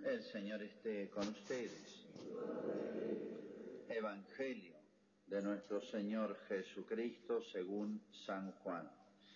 El Señor esté con ustedes. Evangelio de nuestro Señor Jesucristo según San Juan.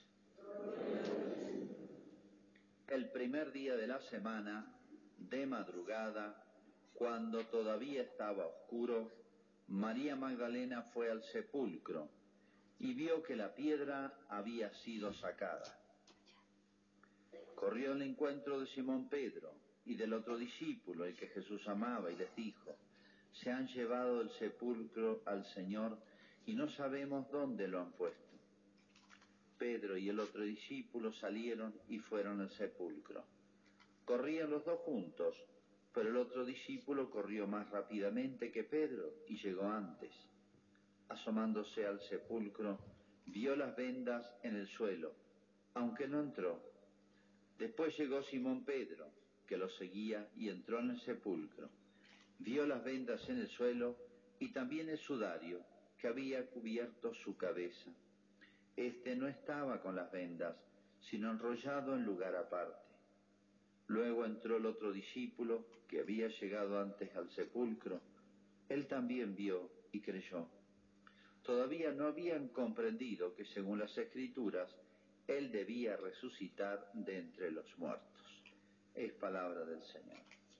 El primer día de la semana, de madrugada, cuando todavía estaba oscuro, María Magdalena fue al sepulcro y vio que la piedra había sido sacada. Corrió al encuentro de Simón Pedro y del otro discípulo, el que Jesús amaba, y les dijo: se han llevado del sepulcro al Señor y no sabemos dónde lo han puesto. Pedro y el otro discípulo salieron y fueron al sepulcro. Corrían los dos juntos, pero el otro discípulo corrió más rápidamente que Pedro y llegó antes. Asomándose al sepulcro, vio las vendas en el suelo, aunque no entró. Después llegó Simón Pedro, que lo seguía, y entró en el sepulcro. Vio las vendas en el suelo y también el sudario que había cubierto su cabeza. Este no estaba con las vendas, sino enrollado en lugar aparte. Luego entró el otro discípulo, que había llegado antes al sepulcro. Él también vio y creyó. Todavía no habían comprendido que, según las Escrituras, Él debía resucitar de entre los muertos. Es palabra del Señor.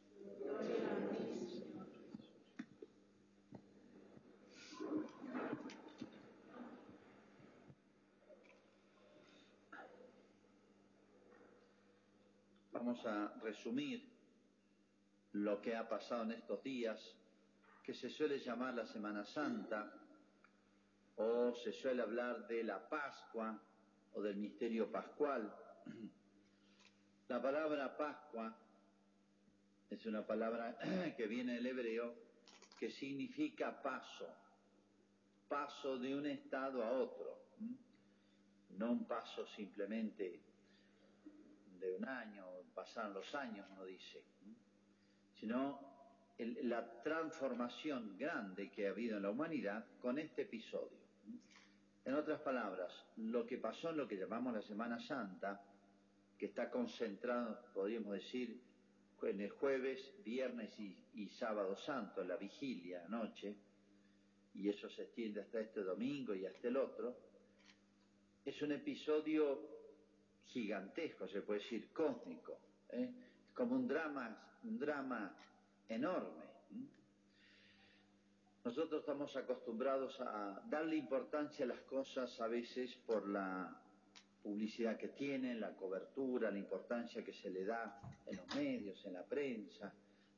Vamos a resumir lo que ha pasado en estos días, que se suele llamar la Semana Santa, o se suele hablar de la Pascua o del misterio pascual. La palabra Pascua es una palabra que viene del hebreo, que significa paso de un estado a otro, no un paso simplemente de un año, pasaron los años, uno dice, sino la transformación grande que ha habido en la humanidad con este episodio. En otras palabras, lo que pasó en lo que llamamos la Semana Santa, que está concentrado, podríamos decir, en el jueves, viernes y sábado santo, en la vigilia, noche, y eso se extiende hasta este domingo y hasta el otro, es un episodio gigantesco, se puede decir cósmico, es como un drama enorme. Nosotros estamos acostumbrados a darle importancia a las cosas a veces por la publicidad que tienen, la cobertura, la importancia que se le da en los medios, en la prensa.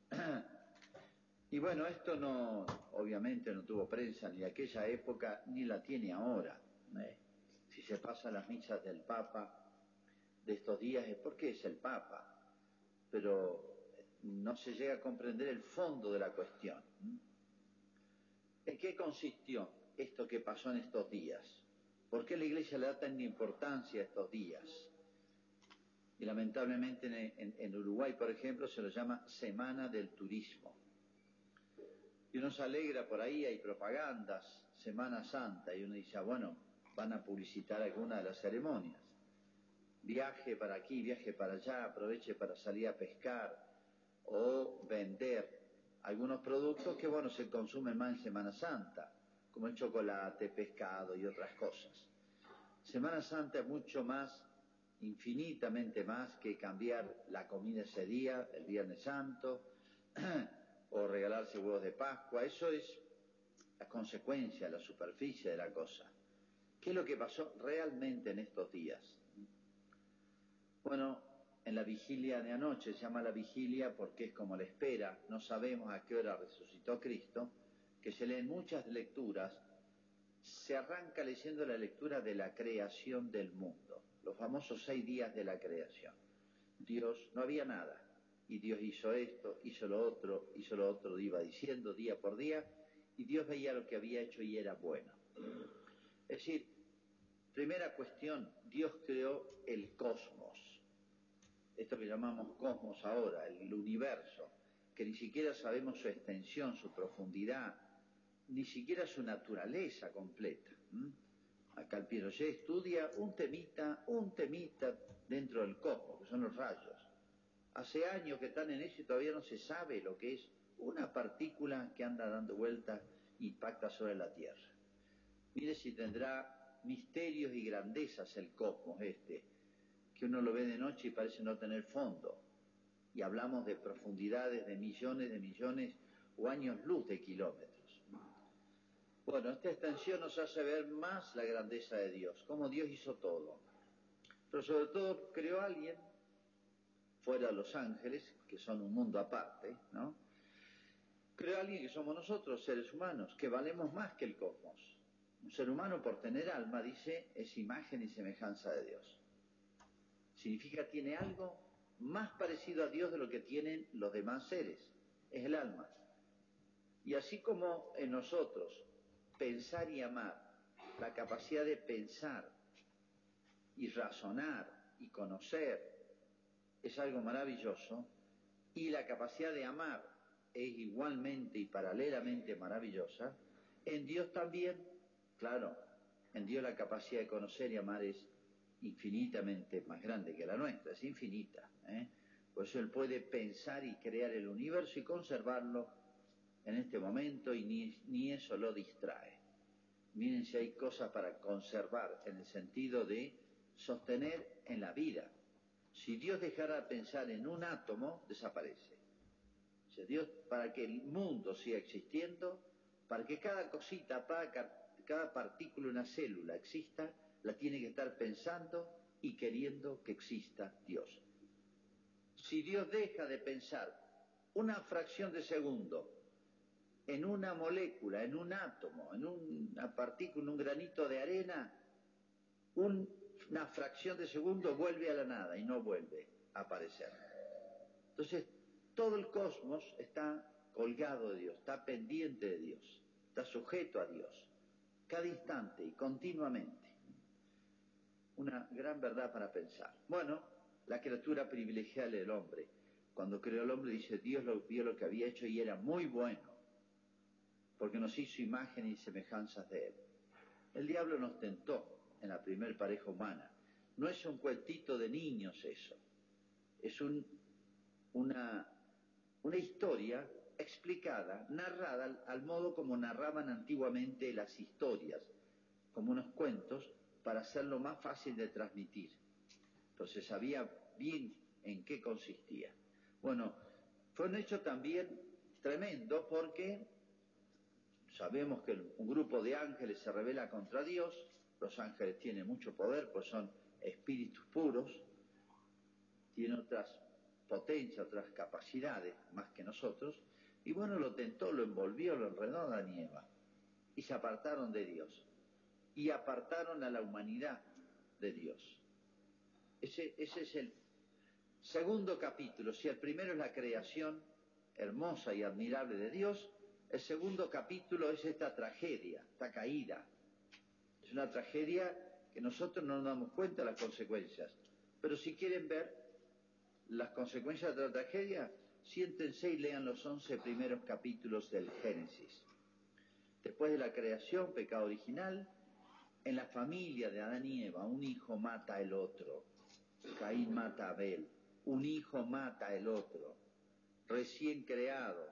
Y bueno, esto no, obviamente no tuvo prensa ni en aquella época, ni la tiene ahora. Si se pasan las misas del Papa de estos días es porque es el Papa, pero no se llega a comprender el fondo de la cuestión. ¿En qué consistió esto que pasó en estos días? ¿Por qué la Iglesia le da tanta importancia a estos días? Y lamentablemente en Uruguay, por ejemplo, se lo llama Semana del Turismo. Y uno se alegra por ahí, hay propagandas, Semana Santa, y uno dice, bueno, van a publicitar alguna de las ceremonias. Viaje para aquí, viaje para allá, aproveche para salir a pescar o vender algunos productos que, bueno, se consumen más en Semana Santa, como el chocolate, pescado y otras cosas. Semana Santa es mucho más, infinitamente más, que cambiar la comida ese día, el Viernes Santo, o regalarse huevos de Pascua. Eso es la consecuencia, la superficie de la cosa. ¿Qué es lo que pasó realmente en estos días? Bueno, en la vigilia de anoche, se llama la vigilia porque es como la espera, no sabemos a qué hora resucitó Cristo, que se leen muchas lecturas. Se arranca leyendo la lectura de la creación del mundo, los famosos 6 días de la creación. Dios, no había nada, y Dios hizo esto, hizo lo otro, iba diciendo día por día, y Dios veía lo que había hecho y era bueno. Es decir, primera cuestión, Dios creó el cosmos, esto que llamamos cosmos ahora, el universo, que ni siquiera sabemos su extensión, su profundidad, ni siquiera su naturaleza completa. Acá el Piaget estudia un temita dentro del cosmos, que son los rayos. Hace años que están en eso y todavía no se sabe lo que es una partícula que anda dando vueltas y impacta sobre la Tierra. Mire si tendrá misterios y grandezas el cosmos este, que uno lo ve de noche y parece no tener fondo. Y hablamos de profundidades de millones o años luz de kilómetros. Bueno, esta extensión nos hace ver más la grandeza de Dios, cómo Dios hizo todo. Pero sobre todo creó a alguien, fuera de los ángeles, que son un mundo aparte, ¿no? Creó a alguien que somos nosotros, seres humanos, que valemos más que el cosmos. Un ser humano, por tener alma, dice, es imagen y semejanza de Dios. Significa tiene algo más parecido a Dios de lo que tienen los demás seres. Es el alma. Y así como en nosotros pensar y amar, la capacidad de pensar y razonar y conocer es algo maravilloso, y la capacidad de amar es igualmente y paralelamente maravillosa, en Dios también, claro, en Dios la capacidad de conocer y amar es infinitamente más grande que la nuestra, es infinita, ¿eh? Por eso Él puede pensar y crear el universo y conservarlo en este momento, y ni eso lo distrae. Miren si hay cosas para conservar en el sentido de sostener en la vida. Si Dios dejara de pensar en un átomo, desaparece. O sea, Dios, para que el mundo siga existiendo, para que cada cosita, cada partícula, una célula exista, la tiene que estar pensando y queriendo que exista Dios. Si Dios deja de pensar una fracción de segundo en una molécula, en un átomo, en una partícula, en un granito de arena, una fracción de segundo vuelve a la nada y no vuelve a aparecer. Entonces, todo el cosmos está colgado de Dios, está pendiente de Dios, está sujeto a Dios, cada instante y continuamente. Una gran verdad para pensar. Bueno, la criatura privilegiada del hombre. Cuando creó el hombre, dice, Dios vio lo que había hecho y era muy bueno, porque nos hizo imagen y semejanzas de Él. El diablo nos tentó en la primer pareja humana. No es un cuentito de niños eso, es una historia explicada, narrada al modo como narraban antiguamente las historias, como unos cuentos, para hacerlo más fácil de transmitir. Entonces sabía bien en qué consistía. Bueno, fue un hecho también tremendo porque sabemos que un grupo de ángeles se rebela contra Dios. Los ángeles tienen mucho poder, pues son espíritus puros, tienen otras potencias, otras capacidades más que nosotros, y bueno, lo tentó, lo envolvió, lo enredó a Adán y Eva, y se apartaron de Dios, y apartaron a la humanidad de Dios. Ese es el segundo capítulo. Si el primero es la creación hermosa y admirable de Dios, el segundo capítulo es esta tragedia, esta caída. Es una tragedia que nosotros no nos damos cuenta de las consecuencias, pero si quieren ver las consecuencias de la tragedia, siéntense y lean los 11 primeros capítulos del Génesis. Después de la creación, pecado original, en la familia de Adán y Eva, un hijo mata al otro. Caín mata a Abel, un hijo mata al otro. Recién creados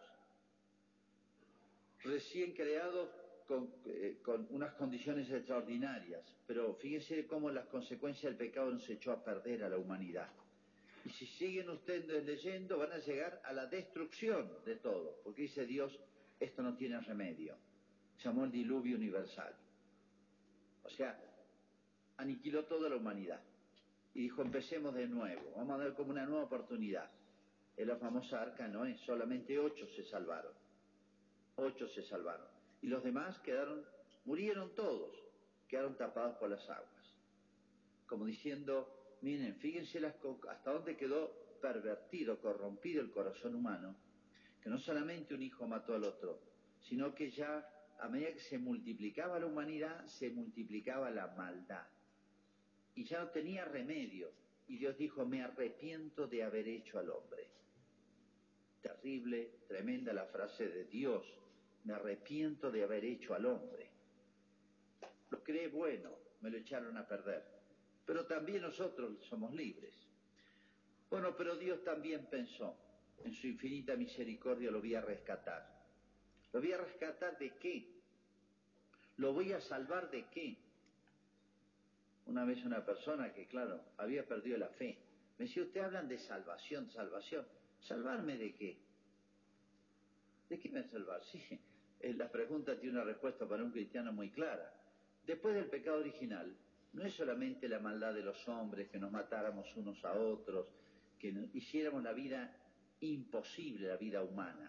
con unas condiciones extraordinarias, pero fíjense cómo las consecuencias del pecado nos echó a perder a la humanidad. Y si siguen ustedes leyendo, van a llegar a la destrucción de todo, porque dice Dios, esto no tiene remedio. Llamó el diluvio universal. O sea, aniquiló toda la humanidad. Y dijo, empecemos de nuevo, vamos a dar como una nueva oportunidad. En la famosa arca Noé, solamente 8 se salvaron. 8 se salvaron. Y los demás murieron todos, quedaron tapados por las aguas. Como diciendo, miren, fíjense hasta dónde quedó pervertido, corrompido el corazón humano, que no solamente un hijo mató al otro, sino que ya a medida que se multiplicaba la humanidad, se multiplicaba la maldad. Y ya no tenía remedio. Y Dios dijo, me arrepiento de haber hecho al hombre. Terrible, tremenda la frase de Dios, me arrepiento de haber hecho al hombre. Lo creé bueno, me lo echaron a perder. Pero también nosotros somos libres. Bueno, pero Dios también pensó, en su infinita misericordia lo voy a rescatar. ¿Lo voy a rescatar de qué? ¿Lo voy a salvar de qué? Una vez una persona que, claro, había perdido la fe, me decía, usted hablan de salvación, salvación. ¿Salvarme de qué? ¿De qué me va a salvar? Sí, la pregunta tiene una respuesta para un cristiano muy clara. Después del pecado original, no es solamente la maldad de los hombres, que nos matáramos unos a otros, que hiciéramos la vida imposible, la vida humana.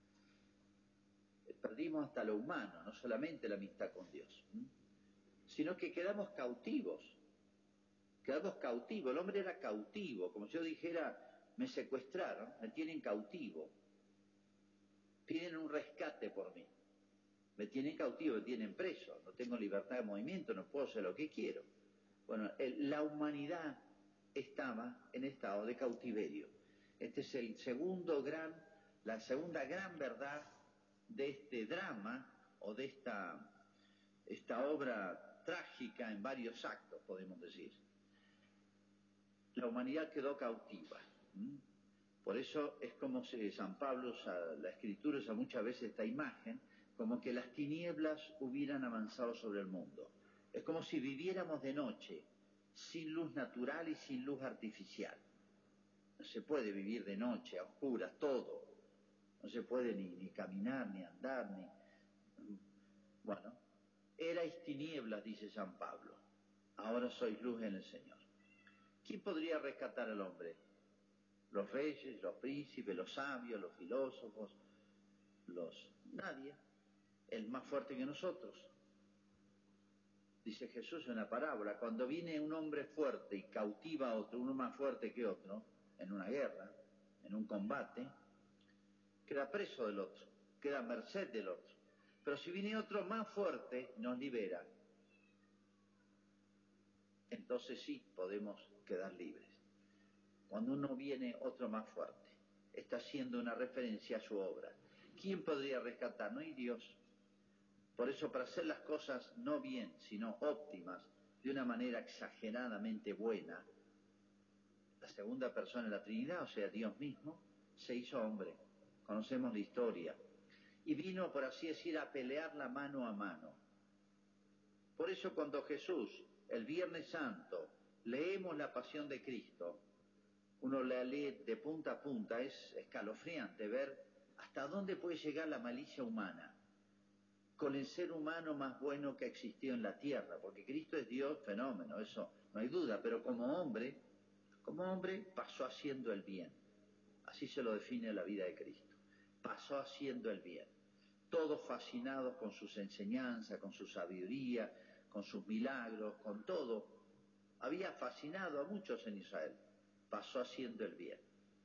Perdimos hasta lo humano, no solamente la amistad con Dios, sino que quedamos cautivos. Quedamos cautivos. El hombre era cautivo, como si yo dijera, me secuestraron, me tienen cautivo. Piden un rescate por mí. Me tienen cautivo, me tienen preso, no tengo libertad de movimiento, no puedo hacer lo que quiero. Bueno, la humanidad estaba en estado de cautiverio. Este es la segunda gran verdad de este drama o de esta obra trágica en varios actos, podemos decir. La humanidad quedó cautiva. Por eso es como si San Pablo usa, la Escritura usa muchas veces esta imagen, como que las tinieblas hubieran avanzado sobre el mundo. Es como si viviéramos de noche, sin luz natural y sin luz artificial. No se puede vivir de noche, a oscuras, todo. No se puede ni caminar, ni andar, ni... Bueno, erais tinieblas, dice San Pablo. Ahora sois luz en el Señor. ¿Quién podría rescatar al hombre? Los reyes, los príncipes, los sabios, los filósofos, nadie. El más fuerte que nosotros. Dice Jesús en la parábola, cuando viene un hombre fuerte y cautiva a otro, uno más fuerte que otro, en una guerra, en un combate, queda preso del otro, queda a merced del otro. Pero si viene otro más fuerte, nos libera. Entonces sí podemos quedar libres. Cuando uno viene otro más fuerte, está haciendo una referencia a su obra. ¿Quién podría rescatar? No hay Dios. Por eso, para hacer las cosas no bien, sino óptimas, de una manera exageradamente buena, la segunda persona de la Trinidad, o sea, Dios mismo, se hizo hombre. Conocemos la historia. Y vino, por así decir, a pelearla mano a mano. Por eso cuando Jesús, el Viernes Santo, leemos la Pasión de Cristo, uno la lee de punta a punta, es escalofriante ver hasta dónde puede llegar la malicia humana con el ser humano más bueno que existió en la tierra, porque Cristo es Dios, fenómeno, eso no hay duda, pero como hombre pasó haciendo el bien. Así se lo define la vida de Cristo. Pasó haciendo el bien. Todos fascinados con sus enseñanzas, con su sabiduría, con sus milagros, con todo. Había fascinado a muchos en Israel. Pasó haciendo el bien.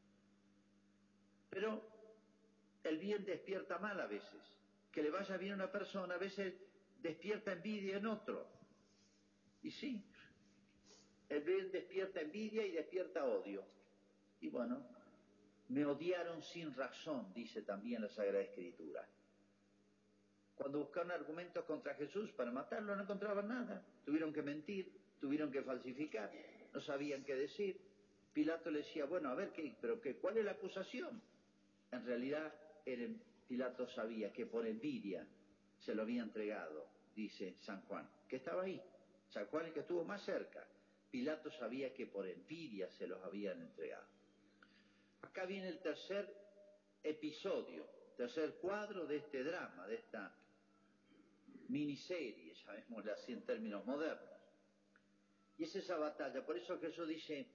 Pero el bien despierta mal a veces. Que le vaya bien a una persona a veces despierta envidia en otro. Y sí, el bien despierta envidia y despierta odio. Y bueno, me odiaron sin razón, dice también la Sagrada Escritura. Cuando buscaron argumentos contra Jesús para matarlo no encontraban nada. Tuvieron que mentir, tuvieron que falsificar, no sabían qué decir. Pilato le decía, bueno, a ver, ¿cuál es la acusación? En realidad, Pilato sabía que por envidia se lo había entregado, dice San Juan, que estaba ahí. San Juan, el que estuvo más cerca. Pilato sabía que por envidia se los habían entregado. Acá viene el tercer episodio, tercer cuadro de este drama, de esta miniserie, llamémosla así en términos modernos. Y es esa batalla, por eso Jesús dice,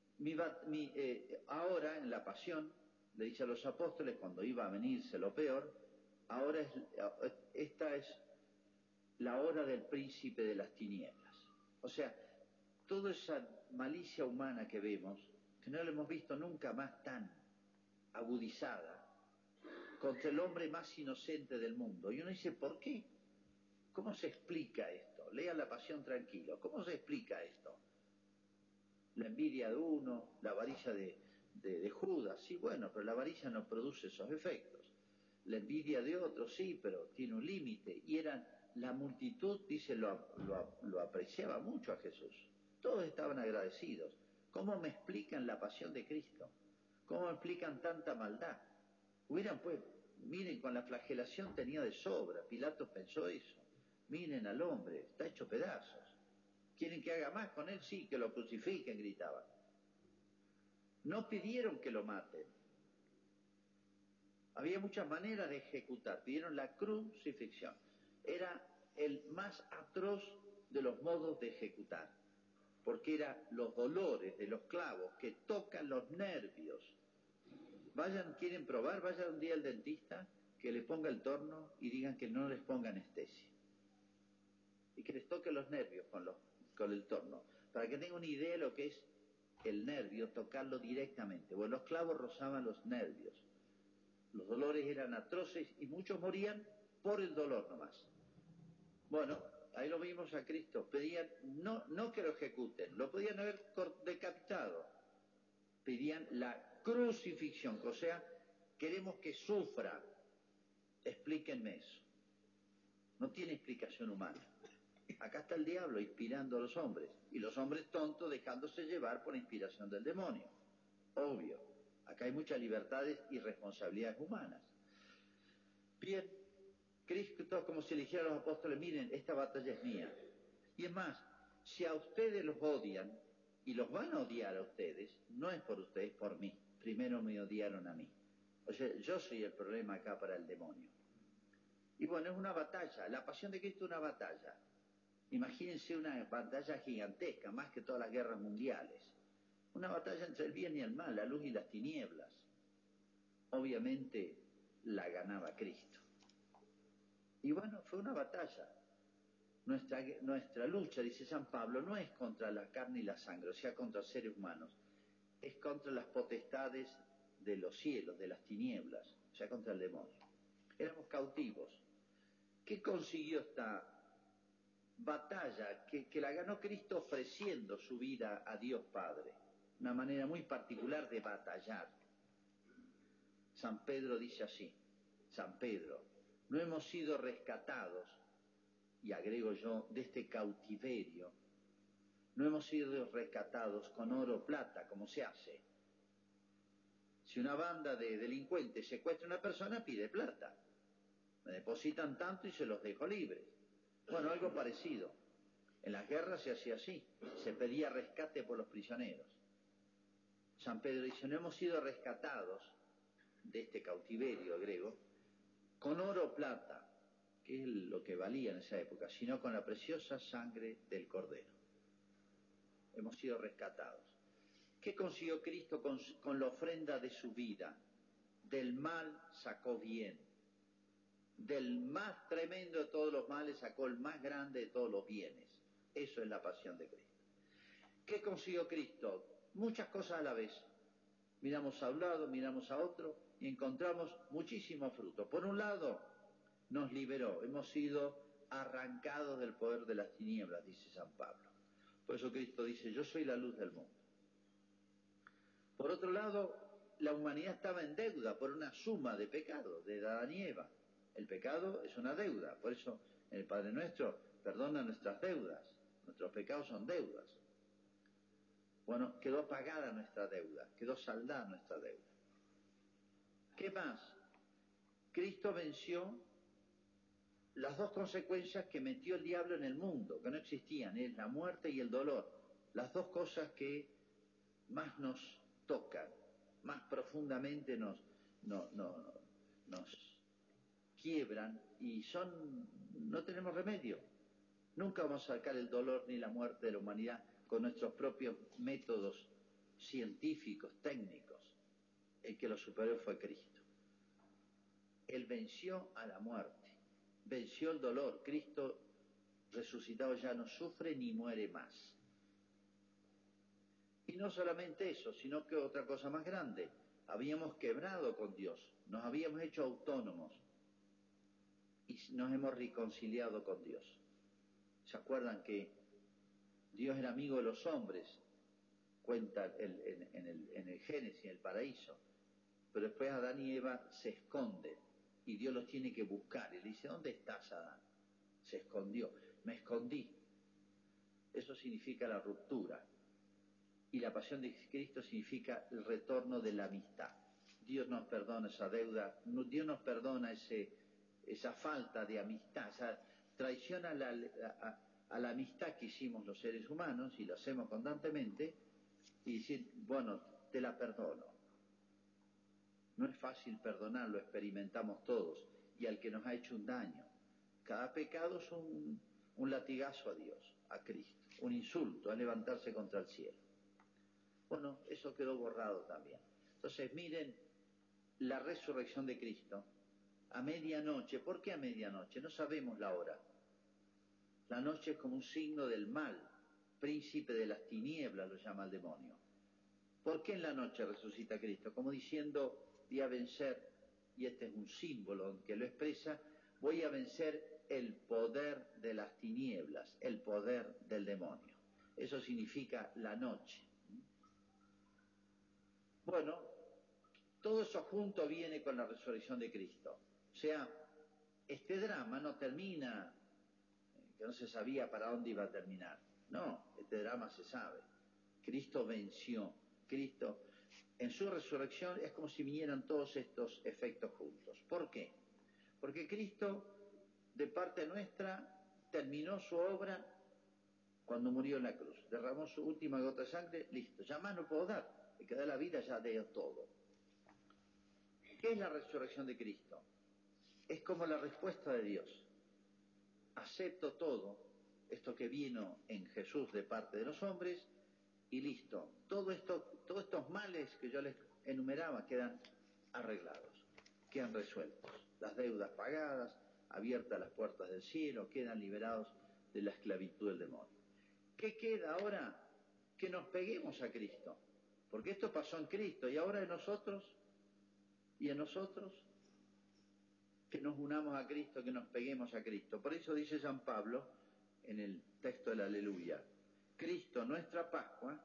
ahora en la pasión, le dice a los apóstoles cuando iba a venirse lo peor, esta es la hora del príncipe de las tinieblas. O sea, toda esa malicia humana que vemos, que no la hemos visto nunca más tan agudizada, contra el hombre más inocente del mundo. Y uno dice, ¿por qué? ¿Cómo se explica esto? Lea la Pasión tranquilo. ¿Cómo se explica esto? La envidia de uno, la avaricia de Judas, sí, bueno, pero la avaricia no produce esos efectos. La envidia de otro, sí, pero tiene un límite. Y la multitud, dice, lo apreciaba mucho a Jesús. Todos estaban agradecidos. ¿Cómo me explican la pasión de Cristo? ¿Cómo me explican tanta maldad? Hubieran pues, miren, con la flagelación tenía de sobra. Pilato pensó eso. Miren al hombre, está hecho pedazos. ¿Quieren que haga más con él? Sí, que lo crucifiquen, gritaban. No pidieron que lo maten. Había muchas maneras de ejecutar. Pidieron la crucifixión. Era el más atroz de los modos de ejecutar, porque eran los dolores de los clavos que tocan los nervios. Vayan, quieren probar, vayan un día al dentista, que les ponga el torno y digan que no les ponga anestesia. Y que les toque los nervios con el torno, para que tengan una idea de lo que es el nervio, tocarlo directamente. Bueno, los clavos rozaban los nervios. Los dolores eran atroces y muchos morían por el dolor nomás. Bueno, ahí lo vimos a Cristo. Pedían no que lo ejecuten, lo podían haber decapitado. Pedían la crucifixión, o sea, queremos que sufra. Explíquenme eso. No tiene explicación humana. Acá está el diablo inspirando a los hombres, y los hombres tontos dejándose llevar por la inspiración del demonio. Obvio. Acá hay muchas libertades y responsabilidades humanas. Bien, Cristo, como si le dijera a los apóstoles, miren, esta batalla es mía. Y es más, si a ustedes los odian, y los van a odiar a ustedes, no es por ustedes, por mí. Primero me odiaron a mí. O sea, yo soy el problema acá para el demonio. Y bueno, es una batalla. La pasión de Cristo es una batalla. Imagínense una batalla gigantesca, más que todas las guerras mundiales. Una batalla entre el bien y el mal, la luz y las tinieblas. Obviamente la ganaba Cristo. Y bueno, fue una batalla. Nuestra lucha, dice San Pablo, no es contra la carne y la sangre, o sea, contra seres humanos. Es contra las potestades de los cielos, de las tinieblas, o sea, contra el demonio. Éramos cautivos. ¿Qué consiguió esta batalla? Que la ganó Cristo ofreciendo su vida a Dios Padre. Una manera muy particular de batallar. San Pedro dice así, San Pedro, no hemos sido rescatados, y agrego yo, de este cautiverio, no hemos sido rescatados con oro o plata, como se hace. Si una banda de delincuentes secuestra a una persona, pide plata. Me depositan tanto y se los dejo libres. Bueno, algo parecido. En las guerras se hacía así. Se pedía rescate por los prisioneros. San Pedro dice, no hemos sido rescatados de este cautiverio griego con oro o plata, que es lo que valía en esa época, sino con la preciosa sangre del Cordero. Hemos sido rescatados. ¿Qué consiguió Cristo con la ofrenda de su vida? Del mal sacó bien. Del más tremendo de todos los males sacó el más grande de todos los bienes. Eso es la pasión de Cristo. ¿Qué consiguió Cristo? Muchas cosas a la vez. Miramos a un lado, miramos a otro y encontramos muchísimos frutos. Por un lado, nos liberó. Hemos sido arrancados del poder de las tinieblas, dice San Pablo. Por eso Cristo dice, yo soy la luz del mundo. Por otro lado, la humanidad estaba en deuda por una suma de pecados, de Adán y Eva. El pecado es una deuda, por eso en el Padre Nuestro perdona nuestras deudas. Nuestros pecados son deudas. Bueno, quedó pagada nuestra deuda, quedó saldada nuestra deuda. ¿Qué más? Cristo venció las dos consecuencias que metió el diablo en el mundo, que no existían, es la muerte y el dolor. Las dos cosas que más nos tocan, más profundamente nos quiebran y no tenemos remedio. Nunca vamos a sacar el dolor ni la muerte de la humanidad con nuestros propios métodos científicos, técnicos. El que lo superó fue Cristo. Él venció a la muerte, venció el dolor. Cristo resucitado ya no sufre ni muere más. Y no solamente eso, sino que otra cosa más grande. Habíamos quebrado con Dios, nos habíamos hecho autónomos y nos hemos reconciliado con Dios. ¿Se acuerdan que Dios era amigo de los hombres? Cuenta en el Génesis, en el paraíso. Pero después Adán y Eva se esconden y Dios los tiene que buscar. Y le dice, ¿dónde estás, Adán? Se escondió. Me escondí. Eso significa la ruptura. y la pasión de Cristo significa el retorno de la amistad. Dios nos perdona esa deuda, Dios nos perdona esa falta de amistad, esa traición a la amistad que hicimos los seres humanos, y lo hacemos constantemente, y decir, bueno, te la perdono. No es fácil perdonar, lo experimentamos todos, y al que nos ha hecho un daño. Cada pecado es un latigazo a Dios, a Cristo, un insulto, a levantarse contra el cielo. Bueno, eso quedó borrado también. Entonces, miren la resurrección de Cristo a medianoche. ¿Por qué a medianoche? No sabemos la hora. La noche es como un signo del mal, príncipe de las tinieblas, lo llama el demonio. ¿Por qué en la noche resucita Cristo? Como diciendo, voy a vencer, y este es un símbolo que lo expresa, voy a vencer el poder de las tinieblas, el poder del demonio. Eso significa la noche. Bueno, todo eso junto viene con la resurrección de Cristo. O sea, este drama no termina, que no se sabía para dónde iba a terminar. No, este drama se sabe. Cristo venció. Cristo, en su resurrección, es como si vinieran todos estos efectos juntos. ¿Por qué? Porque Cristo, de parte nuestra, terminó su obra cuando murió en la cruz. Derramó su última gota de sangre, listo. Ya más no puedo dar. El que da la vida ya dio todo. ¿Qué es la resurrección de Cristo? Es como la respuesta de Dios. Acepto todo esto que vino en Jesús de parte de los hombres, y listo. Todos estos males que yo les enumeraba quedan arreglados, quedan resueltos. Las deudas pagadas, abiertas las puertas del cielo, quedan liberados de la esclavitud del demonio. ¿Qué queda ahora? Que nos peguemos a Cristo. Porque esto pasó en Cristo, y ahora en nosotros, que nos unamos a Cristo, que nos peguemos a Cristo. Por eso dice San Pablo en el texto del Aleluya, Cristo, nuestra Pascua,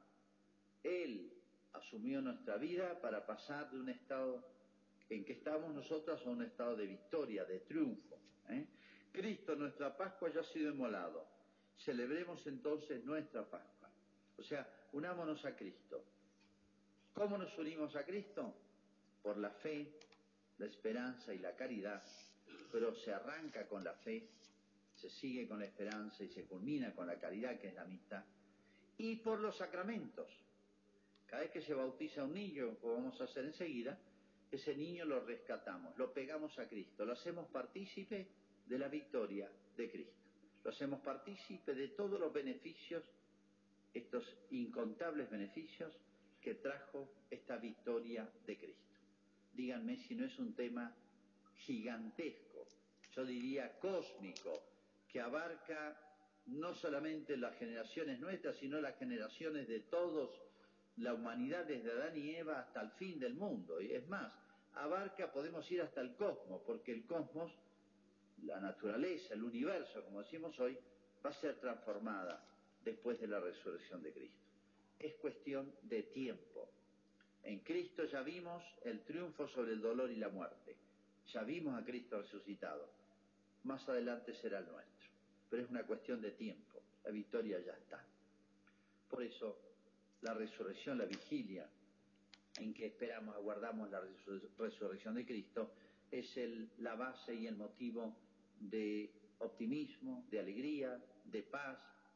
Él asumió nuestra vida para pasar de un estado en que estábamos nosotros a un estado de victoria, de triunfo. Cristo, nuestra Pascua, ya ha sido inmolado. Celebremos entonces nuestra Pascua. O sea, unámonos a Cristo. ¿Cómo nos unimos a Cristo? Por la fe, la esperanza y la caridad, pero se arranca con la fe, se sigue con la esperanza y se culmina con la caridad, que es la amistad, y por los sacramentos. Cada vez que se bautiza un niño, como vamos a hacer enseguida, ese niño lo rescatamos, lo pegamos a Cristo, lo hacemos partícipe de la victoria de Cristo, lo hacemos partícipe de todos los beneficios, estos incontables beneficios que trajo esta victoria de Cristo. Díganme si no es un tema gigantesco, yo diría cósmico, que abarca no solamente las generaciones nuestras, sino las generaciones de todos, la humanidad desde Adán y Eva hasta el fin del mundo. Y es más, abarca, podemos ir hasta el cosmos, porque el cosmos, la naturaleza, el universo, como decimos hoy, va a ser transformada después de la resurrección de Cristo. Es cuestión de tiempo. En Cristo ya vimos el triunfo sobre el dolor y la muerte. Ya vimos a Cristo resucitado. Más adelante será el nuestro. Pero es una cuestión de tiempo. La victoria ya está. Por eso, la resurrección, la vigilia, en que esperamos, aguardamos la resurrección de Cristo, es la base y el motivo de optimismo, de alegría, de paz,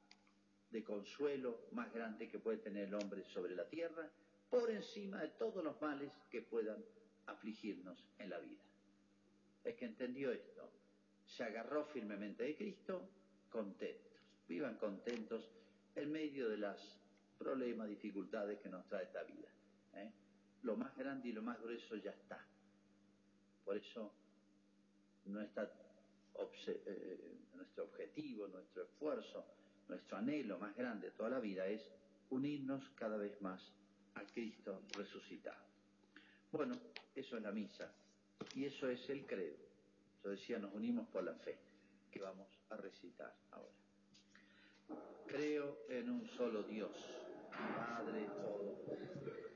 de consuelo más grande que puede tener el hombre sobre la tierra, por encima de todos los males que puedan afligirnos en la vida. Es que entendió esto, se agarró firmemente de Cristo, contentos, vivan contentos en medio de las problemas, dificultades que nos trae esta vida. Lo más grande y lo más grueso ya está. Por eso nuestro objetivo, nuestro esfuerzo, nuestro anhelo más grande toda la vida es unirnos cada vez más a Cristo resucitado. Bueno, eso es la misa y eso es el credo. Yo decía, nos unimos por la fe, que vamos a recitar ahora. Creo en un solo Dios, Padre Todopoderoso,